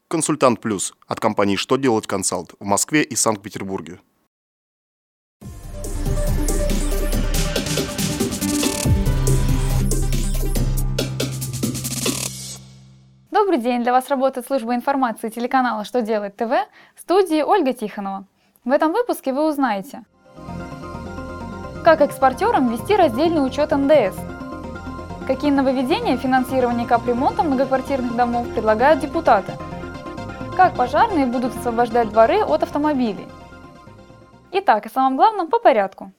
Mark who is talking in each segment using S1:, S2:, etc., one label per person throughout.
S1: Консультант Плюс от компании «Что делать консалт» в Москве и Санкт-Петербурге.
S2: Добрый день! Для вас работает служба информации телеканала «Что делать ТВ», в студии Ольга Тихонова. В этом выпуске вы узнаете, как экспортерам ввести раздельный учет НДС, какие нововведения в финансировании капремонта многоквартирных домов предлагают депутаты, как пожарные будут освобождать дворы от автомобилей. Итак, о самом главном по порядку.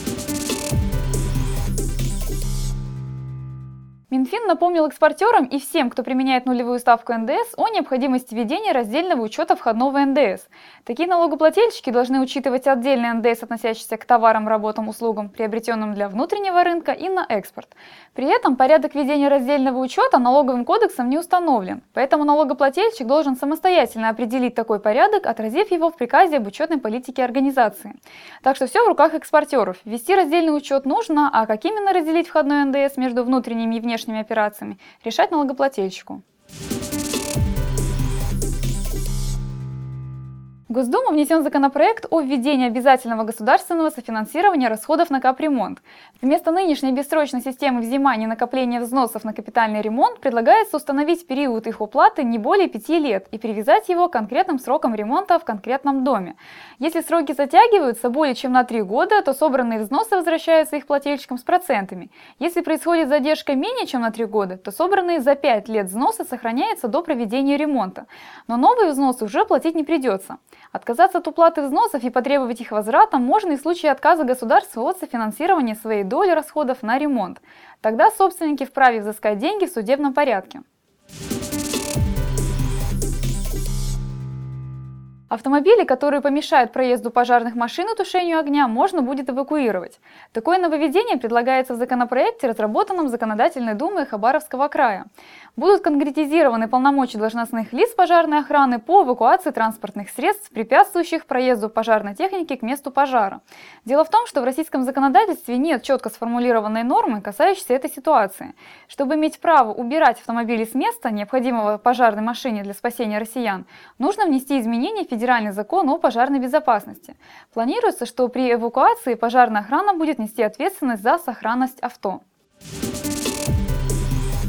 S2: Минфин напомнил экспортерам и всем, кто применяет нулевую ставку НДС, о необходимости введения раздельного учета входного НДС. Такие налогоплательщики должны учитывать отдельный НДС, относящийся к товарам, работам, услугам, приобретенным для внутреннего рынка и на экспорт. При этом порядок введения раздельного учета налоговым кодексом не установлен, поэтому налогоплательщик должен самостоятельно определить такой порядок, отразив его в приказе об учетной политике организации. Так что все в руках экспортеров. Ввести раздельный учет нужно, а как именно разделить входной НДС между внутренними и внешними операциями, решать налогоплательщику. В Госдуму внесен законопроект о введении обязательного государственного софинансирования расходов на капремонт. Вместо нынешней бессрочной системы взимания и накопления взносов на капитальный ремонт предлагается установить период их уплаты не более 5 лет и привязать его к конкретным срокам ремонта в конкретном доме. Если сроки затягиваются более чем на 3 года, то собранные взносы возвращаются их плательщикам с процентами. Если происходит задержка менее чем на 3 года, то собранные за 5 лет взносы сохраняются до проведения ремонта. Но новые взносы уже платить не придется. Отказаться от уплаты взносов и потребовать их возврата можно и в случае отказа государства от софинансирования своей доли расходов на ремонт. Тогда собственники вправе взыскать деньги в судебном порядке. Автомобили, которые помешают проезду пожарных машин и тушению огня, можно будет эвакуировать. Такое нововведение предлагается в законопроекте, разработанном Законодательной Думой Хабаровского края. Будут конкретизированы полномочия должностных лиц пожарной охраны по эвакуации транспортных средств, препятствующих проезду пожарной техники к месту пожара. Дело в том, что в российском законодательстве нет четко сформулированной нормы, касающейся этой ситуации. Чтобы иметь право убирать автомобили с места, необходимого пожарной машине для спасения россиян, нужно внести изменения в Федеральный закон о пожарной безопасности. Планируется, что при эвакуации пожарная охрана будет нести ответственность за сохранность авто.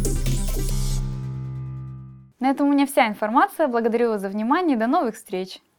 S2: На этом у меня вся информация. Благодарю вас за внимание и до новых встреч!